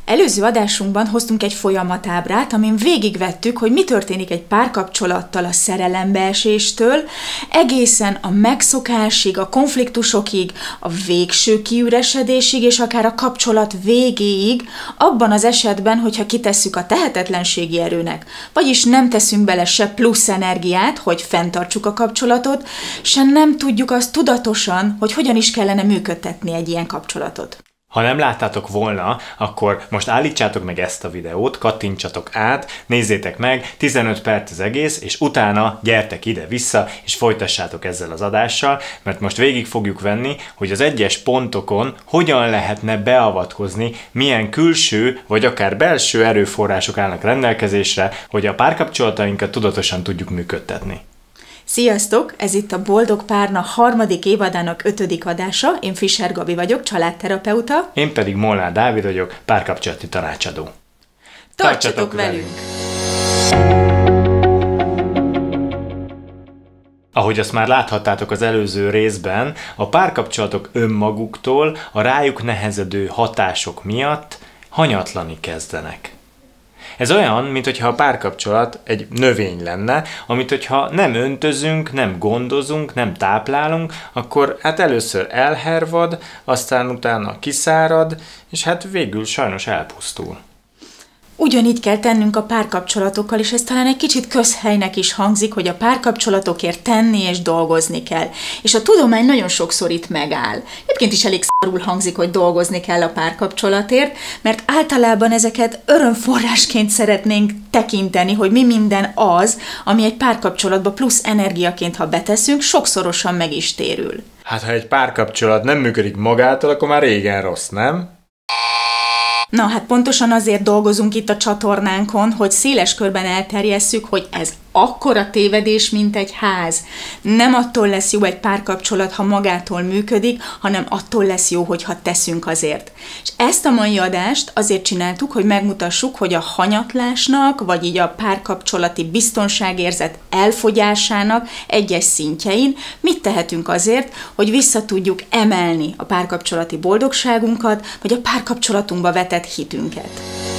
Előző adásunkban hoztunk egy folyamatábrát, amin végigvettük, hogy mi történik egy párkapcsolattal a szerelembeeséstől, egészen a megszokásig, a konfliktusokig, a végső kiüresedésig, és akár a kapcsolat végéig, abban az esetben, hogyha kitesszük a tehetetlenségi erőnek, vagyis nem teszünk bele se plusz energiát, hogy fenntartsuk a kapcsolatot, se nem tudjuk azt tudatosan, hogy hogyan is kellene működtetni egy ilyen kapcsolatot. Ha nem láttátok volna, akkor most állítsátok meg ezt a videót, kattintsatok át, nézzétek meg, 15 perc az egész, és utána gyertek ide-vissza, és folytassátok ezzel az adással, mert most végig fogjuk venni, hogy az egyes pontokon hogyan lehetne beavatkozni, milyen külső, vagy akár belső erőforrások állnak rendelkezésre, hogy a párkapcsolatainkat tudatosan tudjuk működtetni. Sziasztok! Ez itt a Boldog Párna harmadik évadának 5. adása. Én Fischer Gabi vagyok, családterapeuta. Én pedig Molnár Dávid vagyok, párkapcsolati tanácsadó. Tartsatok velünk! Ahogy azt már láthattátok az előző részben, a párkapcsolatok önmaguktól a rájuk nehezedő hatások miatt hanyatlani kezdenek. Ez olyan, mintha a párkapcsolat egy növény lenne, amit hogyha nem öntözünk, nem gondozunk, nem táplálunk, akkor hát először elhervad, aztán utána kiszárad, és hát végül sajnos elpusztul. Ugyanígy kell tennünk a párkapcsolatokkal, és ez talán egy kicsit közhelynek is hangzik, hogy a párkapcsolatokért tenni és dolgozni kell. És a tudomány nagyon sokszor itt megáll. Egyébként is elég szarul hangzik, hogy dolgozni kell a párkapcsolatért, mert általában ezeket örömforrásként szeretnénk tekinteni, hogy mi minden az, ami egy párkapcsolatba plusz energiaként, ha beteszünk, sokszorosan meg is térül. Hát ha egy párkapcsolat nem működik magától, akkor már régen rossz, nem? Na, hát pontosan azért dolgozunk itt a csatornánkon, hogy széles körben elterjesszük, hogy ez akkora tévedés, mint egy ház. Nem attól lesz jó egy párkapcsolat, ha magától működik, hanem attól lesz jó, hogyha teszünk azért. És ezt a mai adást azért csináltuk, hogy megmutassuk, hogy a hanyatlásnak, vagy így a párkapcsolati biztonságérzet elfogyásának egyes szintjein mit tehetünk azért, hogy vissza tudjuk emelni a párkapcsolati boldogságunkat, vagy a párkapcsolatunkba vetett hitünket.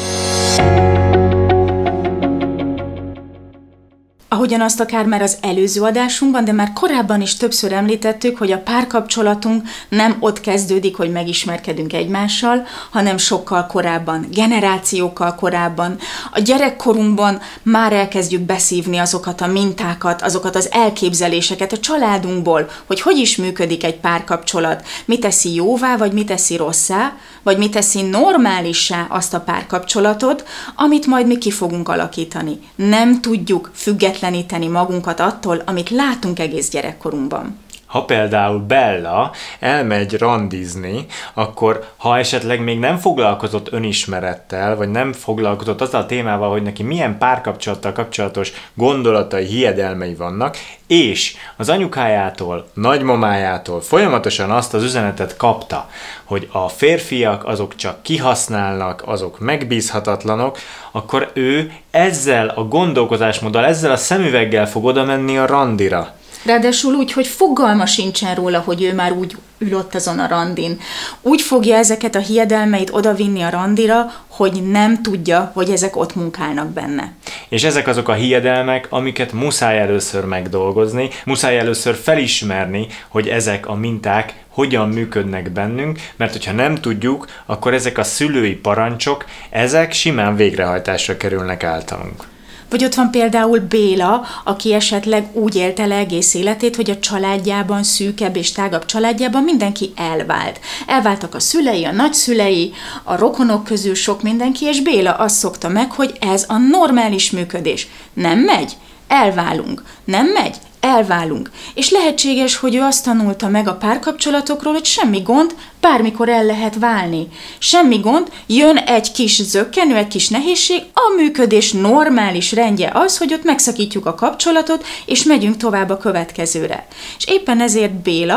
Ahogyan azt akár már az előző adásunkban, de már korábban is többször említettük, hogy a párkapcsolatunk nem ott kezdődik, hogy megismerkedünk egymással, hanem sokkal korábban, generációkkal korábban. A gyerekkorunkban már elkezdjük beszívni azokat a mintákat, azokat az elképzeléseket a családunkból, hogy hogy is működik egy párkapcsolat, mi teszi jóvá, vagy mi teszi rosszá, vagy mi teszi normálissá azt a párkapcsolatot, amit majd mi ki fogunk alakítani. Nem tudjuk függetleníteni magunkat attól, amit látunk egész gyerekkorunkban. Ha például Bella elmegy randizni, akkor ha esetleg még nem foglalkozott önismerettel, vagy nem foglalkozott azzal a témával, hogy neki milyen párkapcsolattal kapcsolatos gondolatai, hiedelmei vannak, és az anyukájától, nagymamájától folyamatosan azt az üzenetet kapta, hogy a férfiak azok csak kihasználnak, azok megbízhatatlanok, akkor ő ezzel a gondolkozásmóddal, ezzel a szemüveggel fog oda menni a randira. Ráadásul úgy, hogy fogalma sincsen róla, hogy ő már úgy ül ott azon a randin. Úgy fogja ezeket a hiedelmeit odavinni a randira, hogy nem tudja, hogy ezek ott munkálnak benne. És ezek azok a hiedelmek, amiket muszáj először megdolgozni, muszáj először felismerni, hogy ezek a minták hogyan működnek bennünk, mert hogyha nem tudjuk, akkor ezek a szülői parancsok, ezek simán végrehajtásra kerülnek általunk. Vagy ott van például Béla, aki esetleg úgy élte le egész életét, hogy a családjában, szűkebb és tágabb családjában mindenki elvált. Elváltak a szülei, a nagyszülei, a rokonok közül sok mindenki, és Béla azt szokta meg, hogy ez a normális működés. Nem megy? Elválunk. Nem megy? Elválunk. És lehetséges, hogy ő azt tanulta meg a párkapcsolatokról, hogy semmi gond, bármikor el lehet válni. Semmi gond, jön egy kis zökkenő, egy kis nehézség, a működés normális rendje az, hogy ott megszakítjuk a kapcsolatot, és megyünk tovább a következőre. És éppen ezért Béla,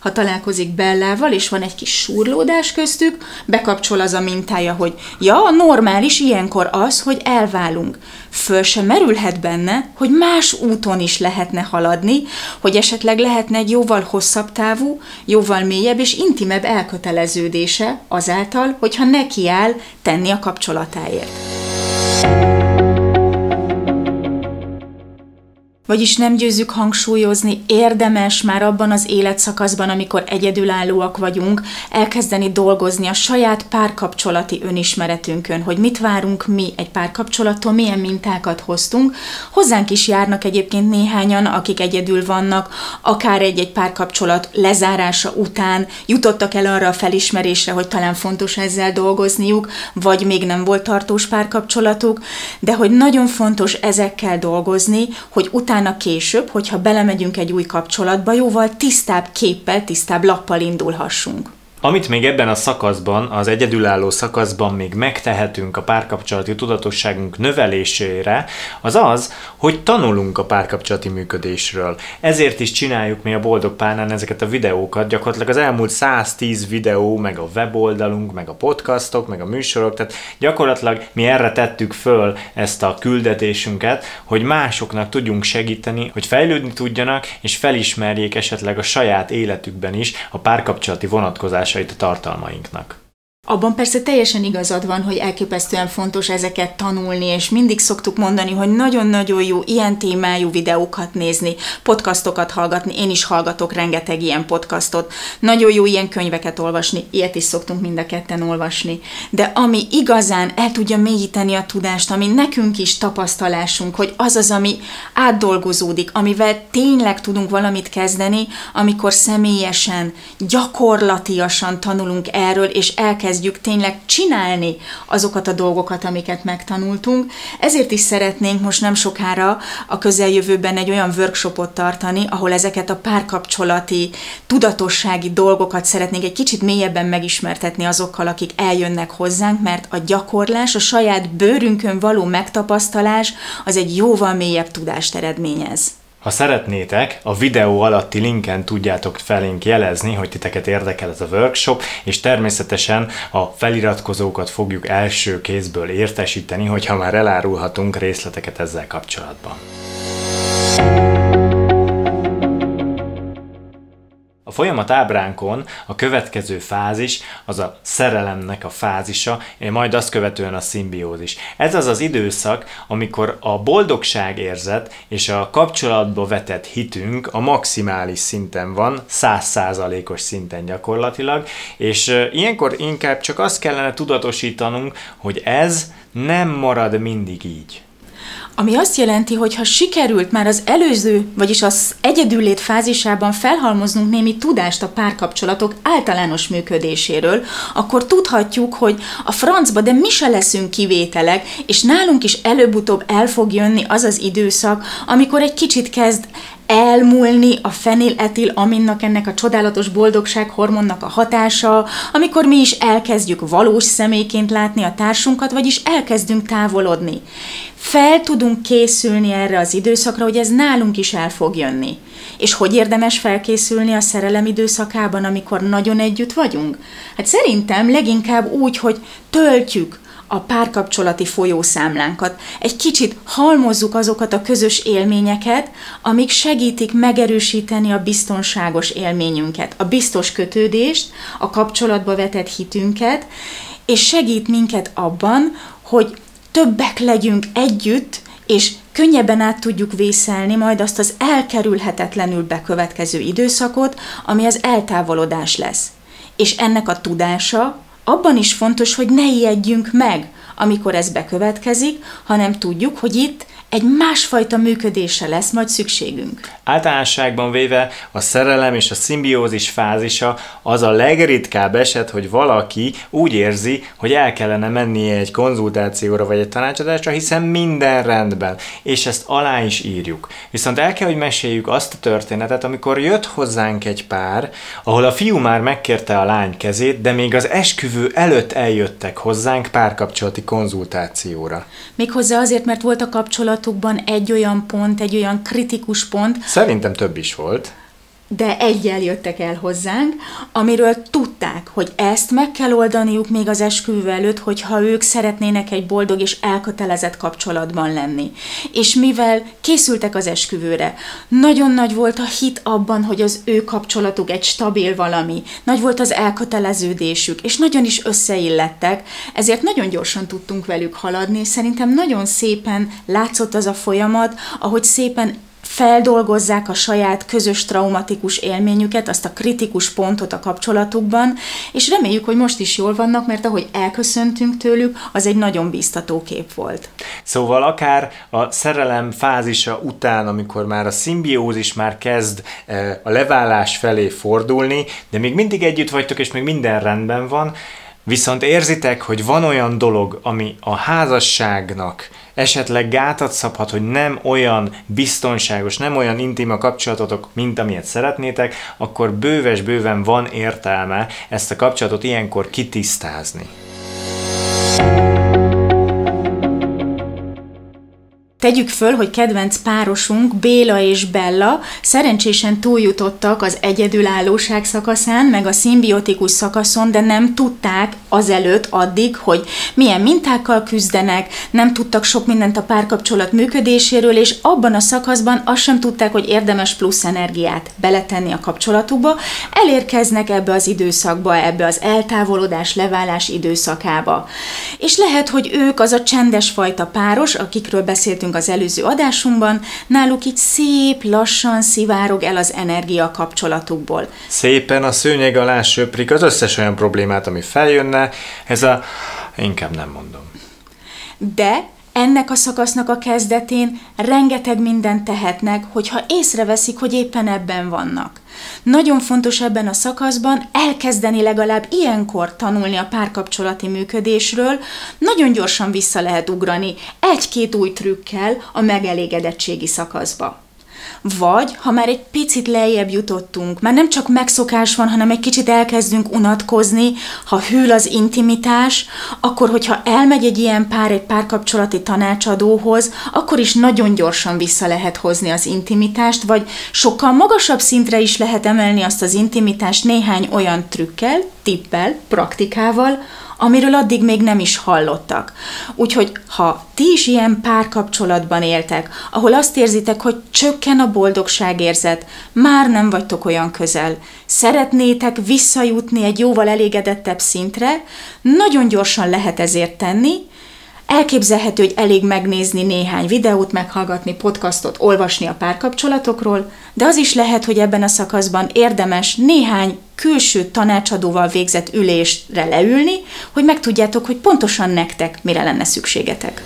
ha találkozik Bellával, és van egy kis súrlódás köztük, bekapcsol az a mintája, hogy ja, normális ilyenkor az, hogy elválunk. Föl sem merülhet benne, hogy más úton is lehetne haladni, hogy esetleg lehetne egy jóval hosszabb távú, jóval mélyebb és intimebb elköteleződése azáltal, hogyha nekiáll tenni a kapcsolatáért. Vagyis nem győzzük hangsúlyozni, érdemes már abban az életszakaszban, amikor egyedülállóak vagyunk, elkezdeni dolgozni a saját párkapcsolati önismeretünkön, hogy mit várunk mi egy párkapcsolattól, milyen mintákat hoztunk. Hozzánk is járnak egyébként néhányan, akik egyedül vannak, akár egy párkapcsolat lezárása után jutottak el arra a felismerésre, hogy talán fontos ezzel dolgozniuk, vagy még nem volt tartós párkapcsolatuk, de hogy nagyon fontos ezekkel dolgozni, hogy utána később, hogyha belemegyünk egy új kapcsolatba, jóval tisztább képpel, tisztább lappal indulhassunk. Amit még ebben a szakaszban, az egyedülálló szakaszban még megtehetünk a párkapcsolati tudatosságunk növelésére, az az, hogy tanulunk a párkapcsolati működésről. Ezért is csináljuk mi a Boldog Párnán ezeket a videókat, gyakorlatilag az elmúlt 110 videó, meg a weboldalunk, meg a podcastok, meg a műsorok, tehát gyakorlatilag mi erre tettük föl ezt a küldetésünket, hogy másoknak tudjunk segíteni, hogy fejlődni tudjanak, és felismerjék esetleg a saját életükben is a párkapcsolati vonatkozásait a tartalmainknak. Abban persze teljesen igazad van, hogy elképesztően fontos ezeket tanulni, és mindig szoktuk mondani, hogy nagyon-nagyon jó ilyen témájú videókat nézni, podcastokat hallgatni, én is hallgatok rengeteg ilyen podcastot, nagyon jó ilyen könyveket olvasni, ilyet is szoktunk mind a ketten olvasni, de ami igazán el tudja mélyíteni a tudást, ami nekünk is tapasztalásunk, hogy az az, ami átdolgozódik, amivel tényleg tudunk valamit kezdeni, amikor személyesen, gyakorlatiasan tanulunk erről, és elkezdjük tényleg csinálni azokat a dolgokat, amiket megtanultunk. Ezért is szeretnénk most nem sokára a közeljövőben egy olyan workshopot tartani, ahol ezeket a párkapcsolati, tudatossági dolgokat szeretnénk egy kicsit mélyebben megismertetni azokkal, akik eljönnek hozzánk, mert a gyakorlás, a saját bőrünkön való megtapasztalás az egy jóval mélyebb tudást eredményez. Ha szeretnétek, a videó alatti linken tudjátok felénk jelezni, hogy titeket érdekel ez a workshop, és természetesen a feliratkozókat fogjuk első kézből értesíteni, hogyha már elárulhatunk részleteket ezzel kapcsolatban. A folyamat ábránkon a következő fázis az a szerelemnek a fázisa, majd azt követően a szimbiózis. Ez az az időszak, amikor a boldogságérzet és a kapcsolatba vetett hitünk a maximális szinten van, 100%-os szinten gyakorlatilag, és ilyenkor inkább csak azt kellene tudatosítanunk, hogy ez nem marad mindig így. Ami azt jelenti, hogy ha sikerült már az előző, vagyis az egyedüllét fázisában felhalmoznunk némi tudást a párkapcsolatok általános működéséről, akkor tudhatjuk, hogy a francba, de mi se leszünk kivételek, és nálunk is előbb-utóbb el fog jönni az az időszak, amikor egy kicsit kezd elmúlni a feniletilaminnak, ennek a csodálatos boldogság hormonnak a hatása, amikor mi is elkezdjük valós személyként látni a társunkat, vagyis elkezdünk távolodni. Fel tudunk készülni erre az időszakra, hogy ez nálunk is el fog jönni. És hogy érdemes felkészülni a szerelem időszakában, amikor nagyon együtt vagyunk? Hát szerintem leginkább úgy, hogy töltjük a párkapcsolati folyószámlánkat. Egy kicsit halmozzuk azokat a közös élményeket, amik segítik megerősíteni a biztonságos élményünket, a biztos kötődést, a kapcsolatba vetett hitünket, és segít minket abban, hogy többek legyünk együtt, és könnyebben át tudjuk vészelni majd azt az elkerülhetetlenül bekövetkező időszakot, ami az eltávolodás lesz. És ennek a tudása abban is fontos, hogy ne ijedjünk meg, amikor ez bekövetkezik, hanem tudjuk, hogy itt egy másfajta működésre lesz majd szükségünk. Általánosságban véve a szerelem és a szimbiózis fázisa az a legritkább eset, hogy valaki úgy érzi, hogy el kellene mennie egy konzultációra vagy egy tanácsadásra, hiszen minden rendben, és ezt alá is írjuk. Viszont el kell, hogy meséljük azt a történetet, amikor jött hozzánk egy pár, ahol a fiú már megkérte a lány kezét, de még az esküvő előtt eljöttek hozzánk párkapcsolati konzultációra. Méghozzá azért, mert volt a kapcsolatukban egy olyan pont, egy olyan kritikus pont. Szerintem több is volt. de eggyel jöttek el hozzánk, amiről tudták, hogy ezt meg kell oldaniuk még az esküvő előtt, hogyha ők szeretnének egy boldog és elkötelezett kapcsolatban lenni. És mivel készültek az esküvőre, nagyon nagy volt a hit abban, hogy az ő kapcsolatuk egy stabil valami, nagy volt az elköteleződésük, és nagyon is összeillettek, ezért nagyon gyorsan tudtunk velük haladni, és szerintem nagyon szépen látszott az a folyamat, ahogy szépen feldolgozzák a saját közös traumatikus élményüket, azt a kritikus pontot a kapcsolatukban, és reméljük, hogy most is jól vannak, mert ahogy elköszöntünk tőlük, az egy nagyon bíztató kép volt. Szóval akár a szerelem fázisa után, amikor már a szimbiózis már kezd a leválás felé fordulni, de még mindig együtt vagytok, és még minden rendben van, viszont érzitek, hogy van olyan dolog, ami a házasságnak esetleg gátat szabhat, hogy nem olyan biztonságos, nem olyan intim a kapcsolatotok, mint amilyet szeretnétek, akkor bőven van értelme ezt a kapcsolatot ilyenkor kitisztázni. Tegyük föl, hogy kedvenc párosunk, Béla és Bella szerencsésen túljutottak az egyedülállóság szakaszán, meg a szimbiotikus szakaszon, de nem tudták azelőtt addig, hogy milyen mintákkal küzdenek, nem tudtak sok mindent a párkapcsolat működéséről, és abban a szakaszban azt sem tudták, hogy érdemes plusz energiát beletenni a kapcsolatukba, elérkeznek ebbe az időszakba, ebbe az eltávolodás, leválás időszakába. És lehet, hogy ők az a csendes fajta páros, akikről beszéltünk az előző adásunkban, náluk így szép, lassan szivárog el az energia a kapcsolatukból. Szépen a szőnyeg alá söprik az összes olyan problémát, ami feljönne, inkább nem mondom. De ennek a szakasznak a kezdetén rengeteg mindent tehetnek, hogyha észreveszik, hogy éppen ebben vannak. Nagyon fontos ebben a szakaszban elkezdeni legalább ilyenkor tanulni a párkapcsolati működésről, nagyon gyorsan vissza lehet ugrani egy-két új trükkel a megelégedettségi szakaszba. Vagy, ha már egy picit lejjebb jutottunk, már nem csak megszokás van, hanem egy kicsit elkezdünk unatkozni, ha hűl az intimitás, akkor, hogyha elmegy egy ilyen pár egy párkapcsolati tanácsadóhoz, akkor is nagyon gyorsan vissza lehet hozni az intimitást, vagy sokkal magasabb szintre is lehet emelni azt az intimitást néhány olyan trükkel, tippel, praktikával, amiről addig még nem is hallottak. Úgyhogy, ha ti is ilyen párkapcsolatban éltek, ahol azt érzitek, hogy csökken a boldogságérzet, már nem vagytok olyan közel, szeretnétek visszajutni egy jóval elégedettebb szintre, nagyon gyorsan lehet ezért tenni. Elképzelhető, hogy elég megnézni néhány videót, meghallgatni podcastot, olvasni a párkapcsolatokról, de az is lehet, hogy ebben a szakaszban érdemes néhány külső tanácsadóval végzett ülésre leülni, hogy megtudjátok, hogy pontosan nektek mire lenne szükségetek.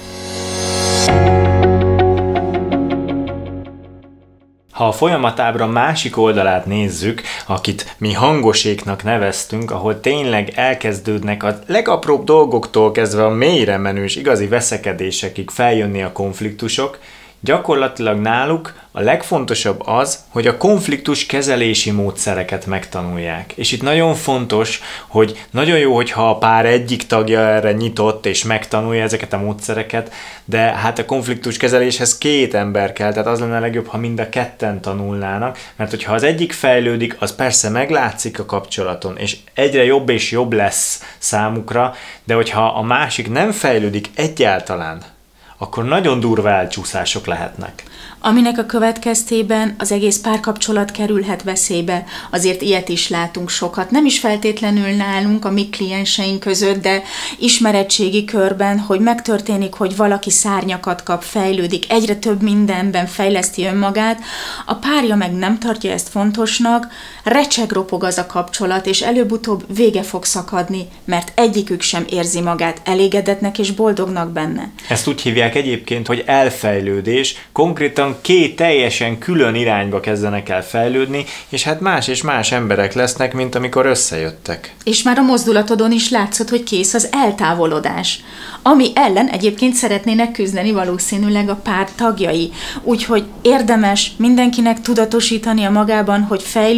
Ha a folyamatábra másik oldalát nézzük, akit mi hangoséknak neveztünk, ahol tényleg elkezdődnek a legapróbb dolgoktól kezdve a mélyre menős igazi veszekedésekig feljönni a konfliktusok, gyakorlatilag náluk a legfontosabb az, hogy a konfliktus kezelési módszereket megtanulják. És itt nagyon fontos, hogy nagyon jó, hogyha a pár egyik tagja erre nyitott és megtanulja ezeket a módszereket, de hát a konfliktus kezeléshez 2 ember kell, tehát az lenne a legjobb, ha mind a ketten tanulnának, mert hogyha az egyik fejlődik, az persze meglátszik a kapcsolaton, és egyre jobb és jobb lesz számukra, de hogyha a másik nem fejlődik egyáltalán, akkor nagyon durva elcsúszások lehetnek. Aminek a következtében az egész párkapcsolat kerülhet veszélybe. Azért ilyet is látunk sokat. Nem is feltétlenül nálunk, a mi klienseink között, de ismeretségi körben, hogy megtörténik, hogy valaki szárnyakat kap, fejlődik, egyre több mindenben fejleszti önmagát, a párja meg nem tartja ezt fontosnak, recsegropog az a kapcsolat, és előbb-utóbb vége fog szakadni, mert egyikük sem érzi magát elégedetnek és boldognak benne. Ezt úgy hívják egyébként, hogy elfejlődés, konkrétan 2 teljesen külön irányba kezdenek el fejlődni, és hát más emberek lesznek, mint amikor összejöttek. És már a mozdulatodon is látszott, hogy kész az eltávolodás, ami ellen egyébként szeretnének küzdeni valószínűleg a pár tagjai. Úgyhogy érdemes mindenkinek tudatosítani a magában, hogy fejlődni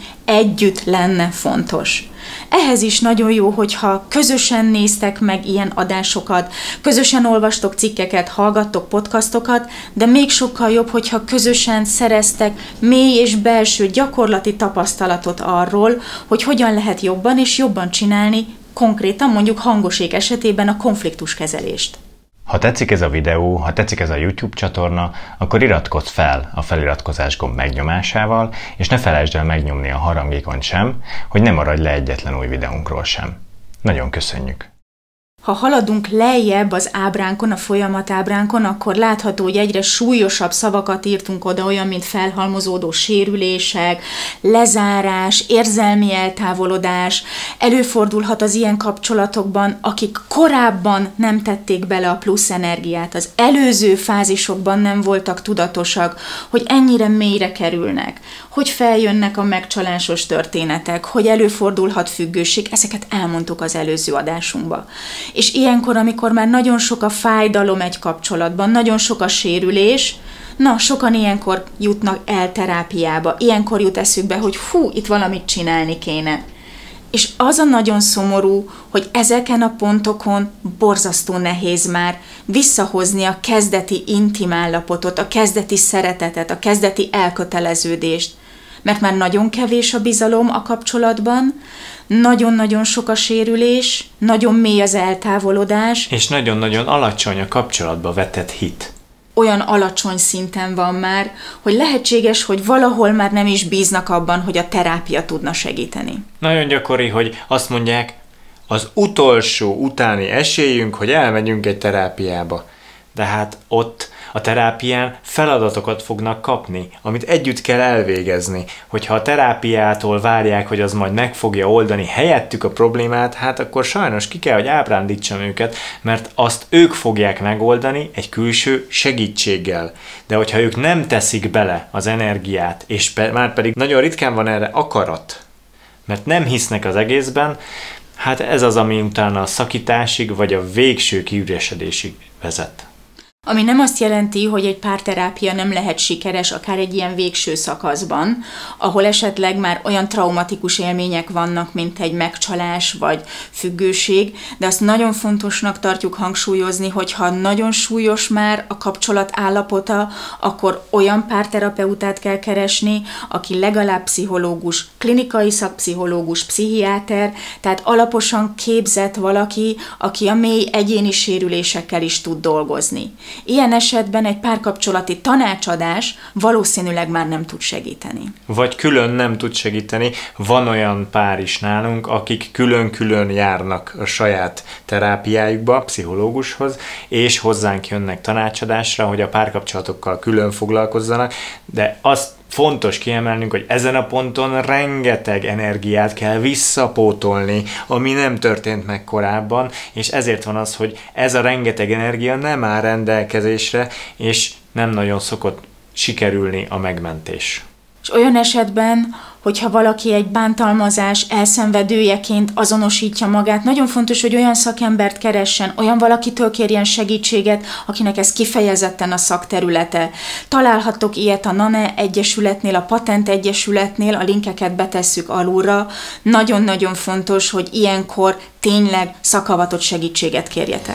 együtt lenne fontos. Ehhez is nagyon jó, hogyha közösen néztek meg ilyen adásokat, közösen olvastok cikkeket, hallgattok podcastokat, de még sokkal jobb, hogyha közösen szereztek mély és belső gyakorlati tapasztalatot arról, hogy hogyan lehet jobban és jobban csinálni, konkrétan mondjuk hangosék esetében a konfliktuskezelést. Ha tetszik ez a videó, ha tetszik ez a YouTube csatorna, akkor iratkozz fel a feliratkozás gomb megnyomásával, és ne felejtsd el megnyomni a harangikont sem, hogy ne maradj le egyetlen új videónkról sem. Nagyon köszönjük! Ha haladunk lejjebb az ábránkon, a folyamatábránkon, akkor látható, hogy egyre súlyosabb szavakat írtunk oda, olyan, mint felhalmozódó sérülések, lezárás, érzelmi eltávolodás. Előfordulhat az ilyen kapcsolatokban, akik korábban nem tették bele a plusz energiát, az előző fázisokban nem voltak tudatosak, hogy ennyire mélyre kerülnek, hogy feljönnek a megcsalásos történetek, hogy előfordulhat függőség, ezeket elmondtuk az előző adásunkba. És ilyenkor, amikor már nagyon sok a fájdalom egy kapcsolatban, nagyon sok a sérülés, sokan ilyenkor jutnak el terápiába, ilyenkor jut eszükbe, hogy itt valamit csinálni kéne. És az a nagyon szomorú, hogy ezeken a pontokon borzasztó nehéz már visszahozni a kezdeti intim állapotot, a kezdeti szeretetet, a kezdeti elköteleződést. Mert már nagyon kevés a bizalom a kapcsolatban, nagyon-nagyon sok a sérülés, nagyon mély az eltávolodás. És nagyon-nagyon alacsony a kapcsolatba vetett hit. Olyan alacsony szinten van már, hogy lehetséges, hogy valahol már nem is bíznak abban, hogy a terápia tudna segíteni. Nagyon gyakori, hogy azt mondják, az utolsó utáni esélyünk, hogy elmegyünk egy terápiába. De hát ott a terápián feladatokat fognak kapni, amit együtt kell elvégezni. Hogyha a terápiától várják, hogy az majd meg fogja oldani helyettük a problémát, hát akkor sajnos ki kell, hogy ábrándítsam őket, mert azt ők fogják megoldani egy külső segítséggel. De hogyha ők nem teszik bele az energiát, és már pedig nagyon ritkán van erre akarat, mert nem hisznek az egészben, hát ez az, ami utána a szakításig vagy a végső kiüresedésig vezet. Ami nem azt jelenti, hogy egy párterápia nem lehet sikeres akár egy ilyen végső szakaszban, ahol esetleg már olyan traumatikus élmények vannak, mint egy megcsalás vagy függőség, de azt nagyon fontosnak tartjuk hangsúlyozni, hogy ha nagyon súlyos már a kapcsolat állapota, akkor olyan párterapeutát kell keresni, aki legalább pszichológus, klinikai szakpszichológus, pszichiáter, tehát alaposan képzett valaki, aki a mély egyéni sérülésekkel is tud dolgozni. Ilyen esetben egy párkapcsolati tanácsadás valószínűleg már nem tud segíteni. Vagy külön nem tud segíteni. Van olyan pár is nálunk, akik külön-külön járnak a saját terápiájukba, pszichológushoz, és hozzánk jönnek tanácsadásra, hogy a párkapcsolatokkal külön foglalkozzanak, de azt fontos kiemelnünk, hogy ezen a ponton rengeteg energiát kell visszapótolni, ami nem történt meg korábban, és ezért van az, hogy ez a rengeteg energia nem áll rendelkezésre, és nem nagyon szokott sikerülni a megmentés. És olyan esetben, hogyha valaki egy bántalmazás elszenvedőjeként azonosítja magát, nagyon fontos, hogy olyan szakembert keressen, olyan valakitől kérjen segítséget, akinek ez kifejezetten a szakterülete. Találhattok ilyet a NANE Egyesületnél, a Patent Egyesületnél, a linkeket betesszük alulra. Nagyon-nagyon fontos, hogy ilyenkor tényleg szakavatott segítséget kérjetek.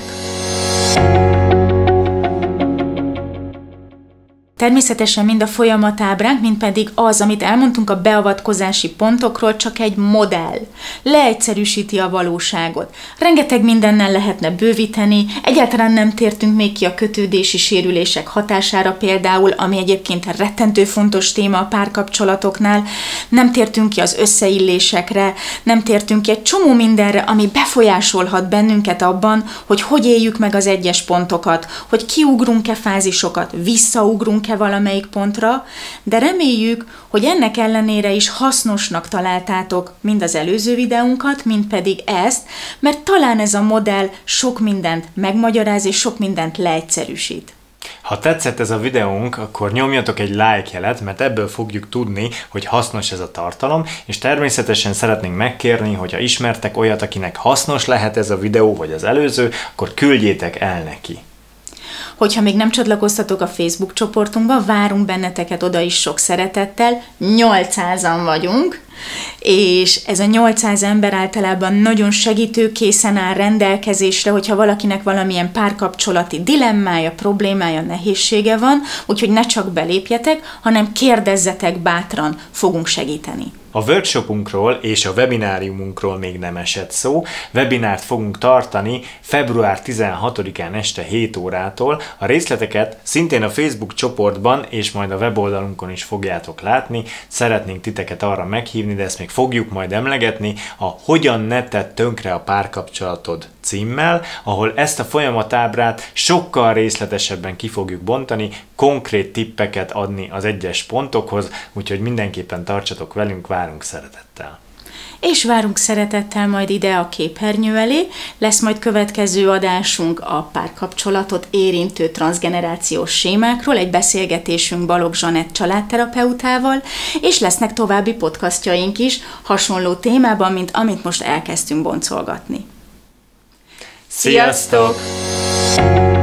Természetesen mind a folyamatábránk, mind pedig az, amit elmondtunk a beavatkozási pontokról, csak egy modell. Leegyszerűsíti a valóságot. Rengeteg mindennel lehetne bővíteni, egyáltalán nem tértünk még ki a kötődési sérülések hatására például, ami egyébként rettentő fontos téma a párkapcsolatoknál. Nem tértünk ki az összeillésekre, nem tértünk ki egy csomó mindenre, ami befolyásolhat bennünket abban, hogy éljük meg az egyes pontokat, hogy kiugrunk-e fázisokat, visszaugrunk valamelyik pontra, de reméljük, hogy ennek ellenére is hasznosnak találtátok mind az előző videónkat, mind pedig ezt, mert talán ez a modell sok mindent megmagyaráz és sok mindent leegyszerűsít. Ha tetszett ez a videónk, akkor nyomjatok egy like jelet, mert ebből fogjuk tudni, hogy hasznos ez a tartalom, és természetesen szeretnénk megkérni, hogyha ismertek olyat, akinek hasznos lehet ez a videó vagy az előző, akkor küldjétek el neki. hogyha még nem csatlakoztatok a Facebook csoportunkba, várunk benneteket oda is sok szeretettel, 800-an vagyunk, és ez a 800 ember általában nagyon segítőkészen áll rendelkezésre, hogyha valakinek valamilyen párkapcsolati dilemmája, problémája, nehézsége van, úgyhogy ne csak belépjetek, hanem kérdezzetek bátran, fogunk segíteni. A workshopunkról és a webináriumunkról még nem esett szó. Webinárt fogunk tartani február 16-án este 7 órától. A részleteket szintén a Facebook csoportban és majd a weboldalunkon is fogjátok látni. Szeretnénk titeket arra meghívni, de ezt még fogjuk majd emlegetni, a Hogyan ne tedd tönkre a párkapcsolatod címmel, ahol ezt a folyamatábrát sokkal részletesebben ki fogjuk bontani, konkrét tippeket adni az egyes pontokhoz, úgyhogy mindenképpen tartsatok velünk, várunk szeretettel. És várunk szeretettel majd ide a képernyő elé, lesz majd következő adásunk a párkapcsolatot érintő transzgenerációs sémákról, egy beszélgetésünk Balogh Zsanett családterapeutával, és lesznek további podcastjaink is hasonló témában, mint amit most elkezdtünk boncolgatni. Sziasztok!